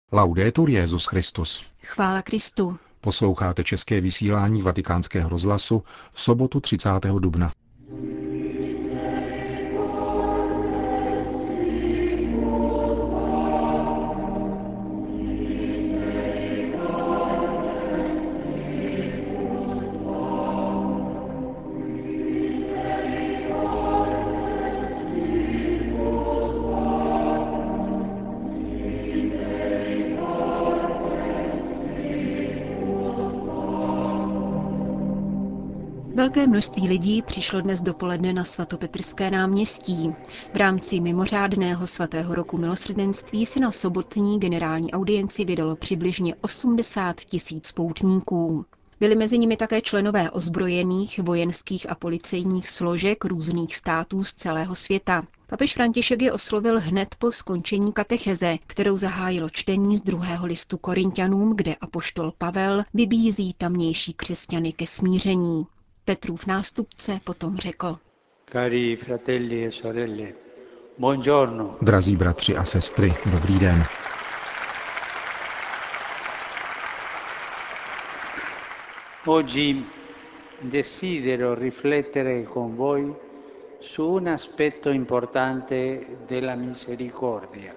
Laudetur Jesus Christus. Chvála Kristu. Posloucháte české vysílání Vatikánského rozhlasu v sobotu 30. dubna. Velké množství lidí přišlo dnes dopoledne na svatopetrské náměstí. V rámci mimořádného svatého roku milosrdenství se na sobotní generální audienci vydalo přibližně 80 000 poutníků. Byli mezi nimi také členové ozbrojených, vojenských a policejních složek různých států z celého světa. Papež František je oslovil hned po skončení katecheze, kterou zahájilo čtení z 2. listu Korinťanům, kde apoštol Pavel vybízí tamnější křesťany ke smíření. Petrův nástupce potom řekl: Cari fratelli e sorelle, buongiorno. Drazí bratři a sestry, dobrý den. Oggi desidero riflettere con voi su un aspetto importante della misericordia,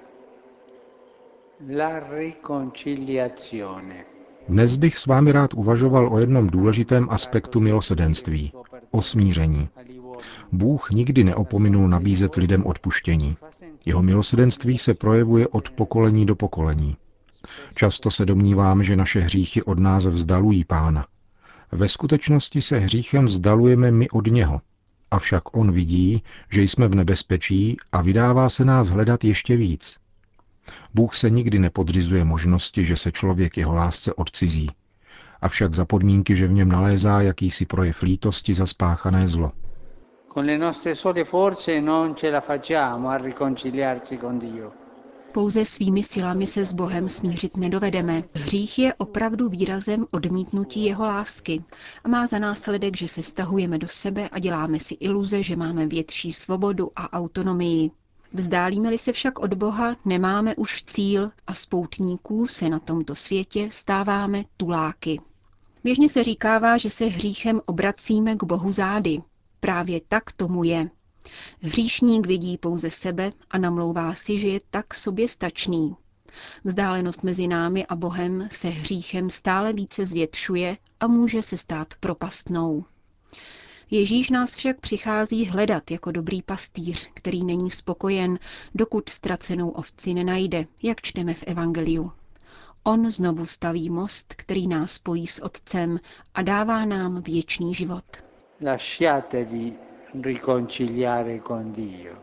la riconciliazione. Dnes bych s vámi rád uvažoval o jednom důležitém aspektu milosrdenství, o smíření. Bůh nikdy neopominul nabízet lidem odpuštění. Jeho milosrdenství se projevuje od pokolení do pokolení. Často se domnívám, že naše hříchy od nás vzdalují Pána. Ve skutečnosti se hříchem vzdalujeme my od něho. Avšak on vidí, že jsme v nebezpečí a vydává se nás hledat ještě víc. Bůh se nikdy nepodřizuje možnosti, že se člověk jeho lásce odcizí. Avšak za podmínky, že v něm nalézá jakýsi projev lítosti za spáchané zlo. Con le nostre sole forze non ce la facciamo a riconciliarci con Dio. Pouze svými silami se s Bohem smířit nedovedeme. Hřích je opravdu výrazem odmítnutí jeho lásky a má za následek, že se stahujeme do sebe a děláme si iluze, že máme větší svobodu a autonomii. Vzdálíme-li se však od Boha, nemáme už cíl a z poutníků se na tomto světě stáváme tuláky. Běžně se říkává, že se hříchem obracíme k Bohu zády. Právě tak tomu je. Hříšník vidí pouze sebe a namlouvá si, že je tak soběstačný. Vzdálenost mezi námi a Bohem se hříchem stále více zvětšuje a může se stát propastnou. Ježíš nás však přichází hledat jako dobrý pastýř, který není spokojen, dokud ztracenou ovci nenajde, jak čteme v Evangeliu. On znovu staví most, který nás spojí s Otcem a dává nám věčný život. Lasciatevi riconciliare con Dio.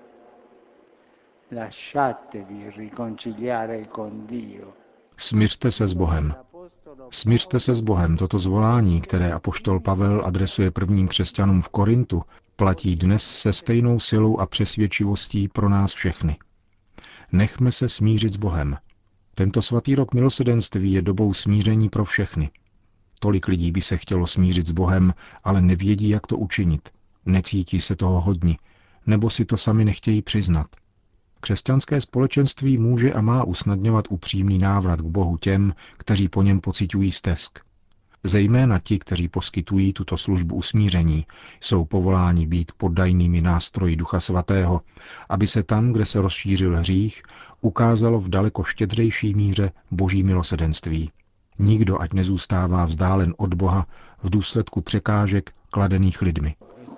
Lasciatevi riconciliare con Dio. Smiřte se s Bohem. Smiřte se s Bohem, toto zvolání, které apoštol Pavel adresuje prvním křesťanům v Korintu, platí dnes se stejnou silou a přesvědčivostí pro nás všechny. Nechme se smířit s Bohem. Tento svatý rok milosrdenství je dobou smíření pro všechny. Tolik lidí by se chtělo smířit s Bohem, ale nevědí, jak to učinit. Necítí se toho hodni, nebo si to sami nechtějí přiznat. Křesťanské společenství může a má usnadňovat upřímný návrat k Bohu těm, kteří po něm pociťují stesk. Zejména ti, kteří poskytují tuto službu usmíření, jsou povoláni být poddajnými nástroji Ducha Svatého, aby se tam, kde se rozšířil hřích, ukázalo v daleko štědřejší míře Boží milosrdenství. Nikdo ať nezůstává vzdálen od Boha v důsledku překážek kladených lidmi.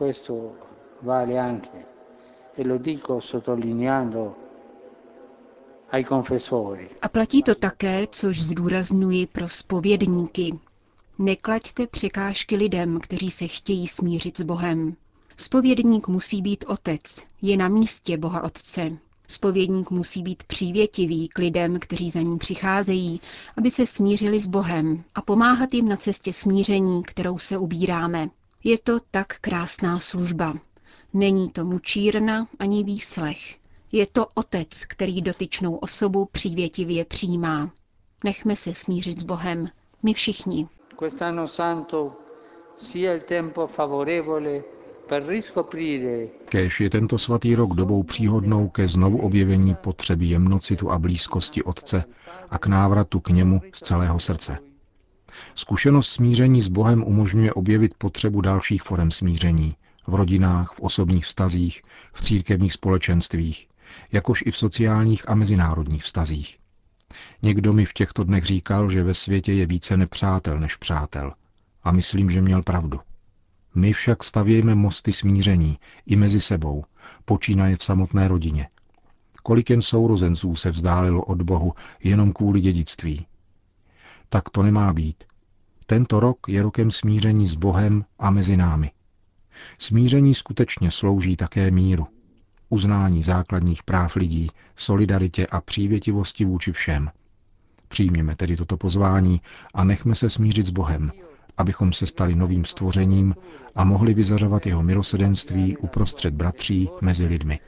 A platí to také, což zdůrazňuji pro zpovědníky. Neklaďte překážky lidem, kteří se chtějí smířit s Bohem. Zpovědník musí být otec, je na místě Boha Otce. Zpovědník musí být přívětivý k lidem, kteří za ním přicházejí, aby se smířili s Bohem a pomáhat jim na cestě smíření, kterou se ubíráme. Je to tak krásná služba. Není to mučírna ani výslech. Je to otec, který dotyčnou osobu přívětivě přijímá. Nechme se smířit s Bohem, my všichni. Quest'anno santo sia il tempo favorevole Kéž je tento svatý rok dobou příhodnou ke znovu objevení potřeby jemnocitu a blízkosti Otce a k návratu k němu z celého srdce. Zkušenost smíření s Bohem umožňuje objevit potřebu dalších forem smíření v rodinách, v osobních vztazích, v církevních společenstvích, jakož i v sociálních a mezinárodních vztazích. Někdo mi v těchto dnech říkal, že ve světě je více nepřátel než přátel. A myslím, že měl pravdu. My však stavějme mosty smíření i mezi sebou, počínaje v samotné rodině. Kolik jen sourozenců se vzdálilo od Bohu jenom kvůli dědictví. Tak to nemá být. Tento rok je rokem smíření s Bohem a mezi námi. Smíření skutečně slouží také míru, uznání základních práv lidí, solidaritě a přívětivosti vůči všem. Přijměme tedy toto pozvání a nechme se smířit s Bohem, abychom se stali novým stvořením a mohli vyzařovat jeho milosrdenství uprostřed bratří mezi lidmi.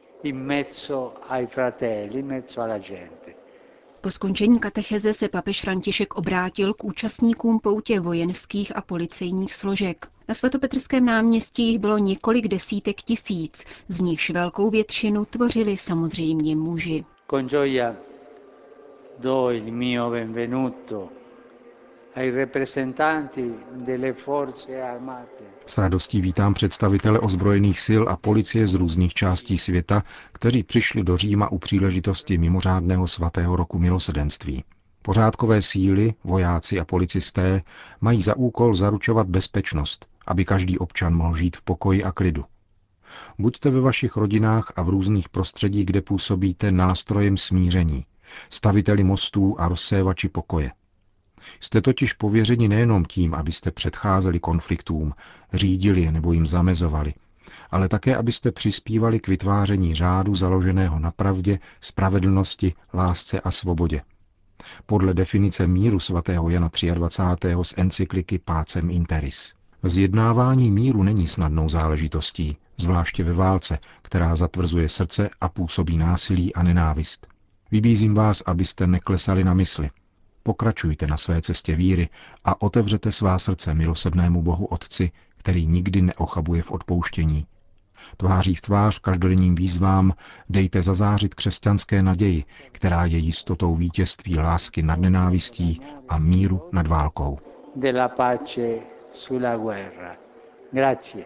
Po skončení katecheze se papež František obrátil k účastníkům poutě vojenských a policejních složek. Na Svatopetrském náměstí jich bylo několik desítek tisíc, z nichž velkou většinu tvořili samozřejmě muži. Con gioia do il mio benvenuto ai rappresentanti delle forze armate. S radostí vítám představitele ozbrojených sil a policie z různých částí světa, kteří přišli do Říma u příležitosti mimořádného svatého roku milosrdenství. Pořádkové síly, vojáci a policisté mají za úkol zaručovat bezpečnost, aby každý občan mohl žít v pokoji a klidu. Buďte ve vašich rodinách a v různých prostředích, kde působíte, nástrojem smíření, staviteli mostů a rozsévači pokoje. Jste totiž pověřeni nejenom tím, abyste předcházeli konfliktům, řídili je nebo jim zamezovali, ale také, abyste přispívali k vytváření řádu založeného na pravdě, spravedlnosti, lásce a svobodě. Podle definice míru svatého Jana 23. z encykliky Pacem in Terris. Zjednávání míru není snadnou záležitostí, zvláště ve válce, která zatvrzuje srdce a působí násilí a nenávist. Vybízím vás, abyste neklesali na mysli. Pokračujte na své cestě víry a otevřete svá srdce milosrdnému Bohu Otci, který nikdy neochabuje v odpouštění. Tváří v tvář každodenním výzvám dejte zazářit křesťanské naději, která je jistotou vítězství lásky nad nenávistí a míru nad válkou. Della pace sulla guerra. Grazie.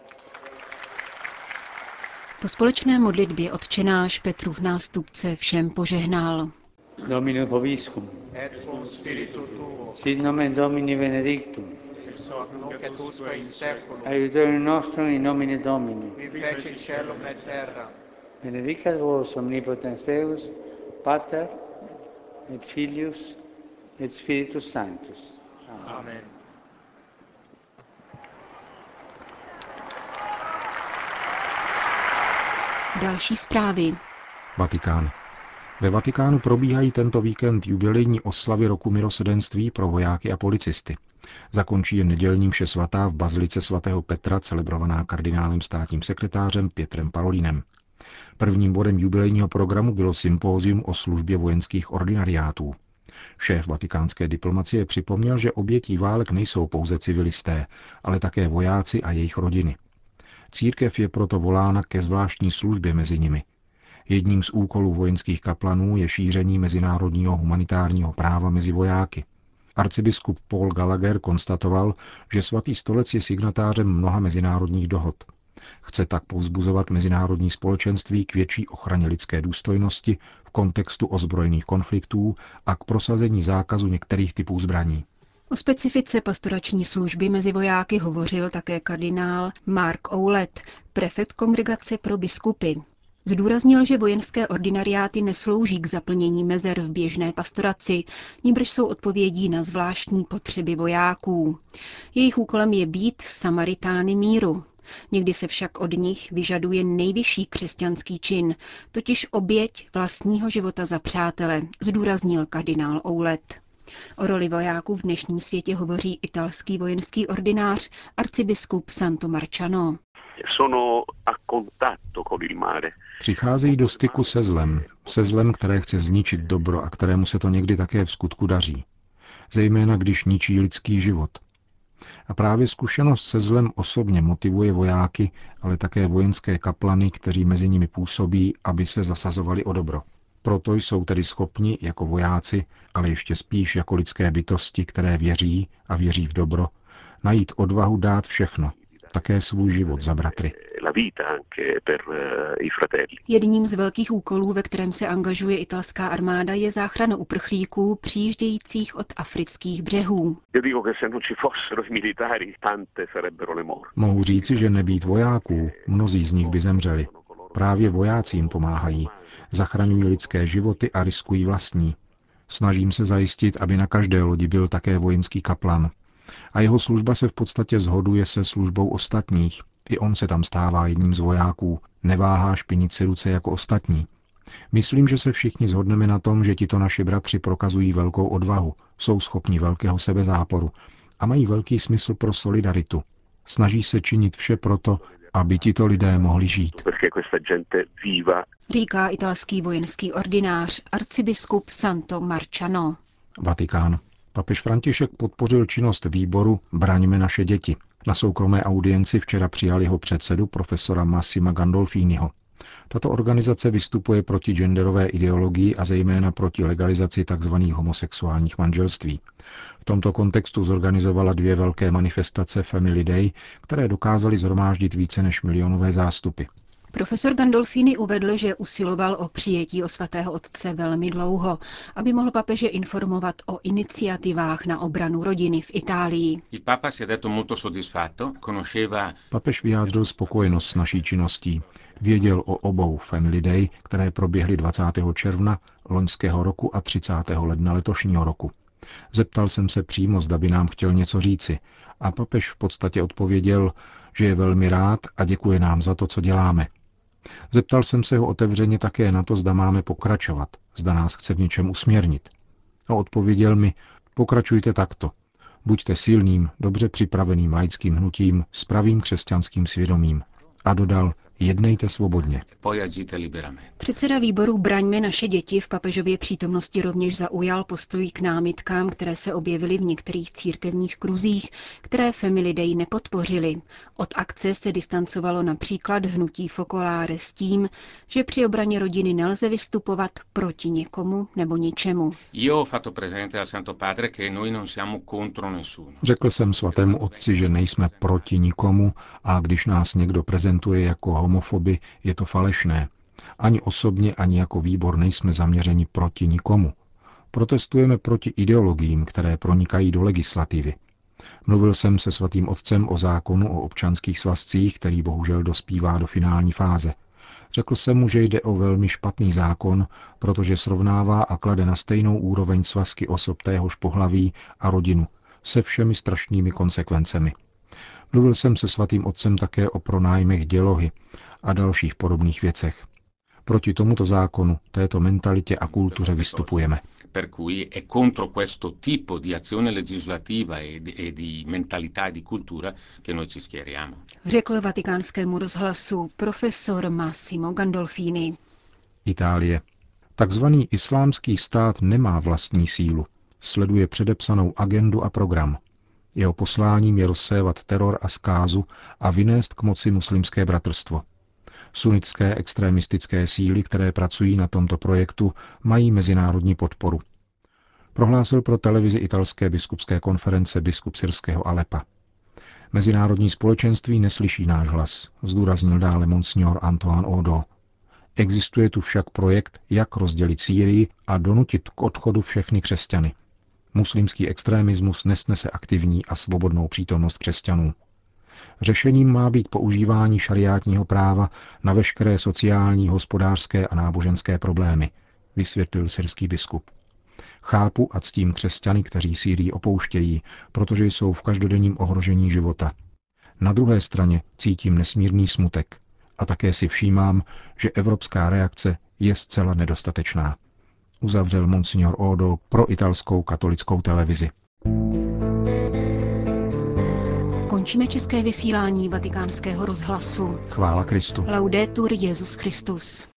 Po společné modlitbě Otčenáš Petrův nástupce všem požehnal. Domino vobiscum. Et cum spiritu tuo. Sit nomen Domini benedictum. Ex hoc nunc et usque in seculum. Aiutorium nostrum in nomine Domini. Qui feci caelum et terra. Benedicat vos omnipotens Deus, Pater et Filius et Spiritus Sanctus. Amen. Další zprávy. Vatikán. Ve Vatikánu probíhají tento víkend jubilejní oslavy roku milosrdenství pro vojáky a policisty. Zakončí je nedělní mše svatá v bazilice svatého Petra, celebrovaná kardinálem státním sekretářem Pietrem Parolinem. Prvním bodem jubilejního programu bylo sympózium o službě vojenských ordinariátů. Šéf vatikánské diplomacie připomněl, že obětí válek nejsou pouze civilisté, ale také vojáci a jejich rodiny. Církev je proto volána ke zvláštní službě mezi nimi. Jedním z úkolů vojenských kaplanů je šíření mezinárodního humanitárního práva mezi vojáky. Arcibiskup Paul Gallagher konstatoval, že Svatý stolec je signatářem mnoha mezinárodních dohod. Chce tak povzbuzovat mezinárodní společenství k větší ochraně lidské důstojnosti v kontextu ozbrojených konfliktů a k prosazení zákazu některých typů zbraní. O specifice pastorační služby mezi vojáky hovořil také kardinál Mark Ouellet, prefekt Kongregace pro biskupy. Zdůraznil, že vojenské ordinariáty neslouží k zaplnění mezer v běžné pastoraci, nýbrž jsou odpovědí na zvláštní potřeby vojáků. Jejich úkolem je být Samaritány míru. Někdy se však od nich vyžaduje nejvyšší křesťanský čin, totiž oběť vlastního života za přátele, zdůraznil kardinál Ouellet. O roli vojáků v dnešním světě hovoří italský vojenský ordinář arcibiskup Santo Marciano. Přicházejí do styku se zlem, které chce zničit dobro a kterému se to někdy také v skutku daří. Zejména když ničí lidský život. A právě zkušenost se zlem osobně motivuje vojáky, ale také vojenské kaplany, kteří mezi nimi působí, aby se zasazovali o dobro. Proto jsou tedy schopni jako vojáci, ale ještě spíš jako lidské bytosti, které věří a věří v dobro, najít odvahu dát všechno, také svůj život za bratry. Jedním z velkých úkolů, ve kterém se angažuje italská armáda, je záchrana uprchlíků přijíždějících od afrických břehů. Mohu říci, že nebýt vojáků, mnozí z nich by zemřeli. Právě vojáci jim pomáhají. Zachraňují lidské životy a riskují vlastní. Snažím se zajistit, aby na každé lodi byl také vojenský kaplan. A jeho služba se v podstatě shoduje se službou ostatních. I on se tam stává jedním z vojáků. Neváhá špinit si ruce jako ostatní. Myslím, že se všichni shodneme na tom, že tito naši bratři prokazují velkou odvahu, jsou schopni velkého sebezáporu a mají velký smysl pro solidaritu. Snaží se činit vše proto, aby tito lidé mohli žít. Říká italský vojenský ordinář arcibiskup Santo Marciano. Vatikán. Papež František podpořil činnost výboru Braňme naše děti. Na soukromé audienci včera přijal jeho předsedu profesora Massima Gandolfiniho. Tato organizace vystupuje proti genderové ideologii a zejména proti legalizaci tzv. Homosexuálních manželství. V tomto kontextu zorganizovala 2 velké manifestace Family Day, které dokázaly shromáždit více než milionové zástupy. Profesor Gandolfini uvedl, že usiloval o přijetí od svatého otce velmi dlouho, aby mohl papeže informovat o iniciativách na obranu rodiny v Itálii. Papež vyjádřil spokojenost s naší činností. Věděl o obou Family Day, které proběhly 20. června loňského roku a 30. ledna letošního roku. Zeptal jsem se přímo, zda by nám chtěl něco říci, a papež v podstatě odpověděl, že je velmi rád a děkuje nám za to, co děláme. Zeptal jsem se ho otevřeně také na to, zda máme pokračovat, zda nás chce v něčem usměrnit. A odpověděl mi, pokračujte takto. Buďte silným, dobře připraveným laickým hnutím s pravým křesťanským svědomím. A dodal, jednejte svobodně. Předseda výboru Braňme naše děti v papežově přítomnosti rovněž zaujal postoj k námitkám, které se objevily v některých církevních kruzích, které Family Day nepodpořili. Od akce se distancovalo například hnutí Focolare s tím, že při obraně rodiny nelze vystupovat proti někomu nebo ničemu. Řekl jsem svatému otci, že nejsme proti nikomu a když nás někdo prezentuje jako homofoby, je to falešné. Ani osobně, ani jako výbor nejsme zaměřeni proti nikomu. Protestujeme proti ideologiím, které pronikají do legislativy. Mluvil jsem se svatým otcem o zákonu o občanských svazcích, který bohužel dospívá do finální fáze. Řekl jsem mu, že jde o velmi špatný zákon, protože srovnává a klade na stejnou úroveň svazky osob téhož pohlaví a rodinu, se všemi strašnými konsekvencemi. Mluvil jsem se svatým otcem také o pronájmech dělohy a dalších podobných věcech. Proti tomuto zákonu, této mentalitě a kultuře vystupujeme. Per cui è contro questo tipo di azione legislativa e di mentalità e di cultura che noi ci schieriamo. Řekl Vatikánskému rozhlasu profesor Massimo Gandolfini. Itálie. Takzvaný islámský stát nemá vlastní sílu. Sleduje předepsanou agendu a program. Jeho posláním je rozsévat teror a zkázu a vynést k moci muslimské bratrstvo. Sunnické extremistické síly, které pracují na tomto projektu, mají mezinárodní podporu. Prohlásil pro televizi italské biskupské konference biskup syrského Alepa. Mezinárodní společenství neslyší náš hlas, zdůraznil dále monsignor Antoine Odo. Existuje tu však projekt, jak rozdělit Sýrii a donutit k odchodu všechny křesťany. Muslimský extremismus nesnese aktivní a svobodnou přítomnost křesťanů. Řešením má být používání šariátního práva na veškeré sociální, hospodářské a náboženské problémy, vysvětlil syrský biskup. Chápu a ctím křesťany, kteří Sýrii opouštějí, protože jsou v každodenním ohrožení života. Na druhé straně cítím nesmírný smutek a také si všímám, že evropská reakce je zcela nedostatečná. Uzavřel monsignor Odo pro italskou katolickou televizi. Končíme české vysílání Vatikánského rozhlasu. Chvála Kristu. Laudetur Jesus Christus.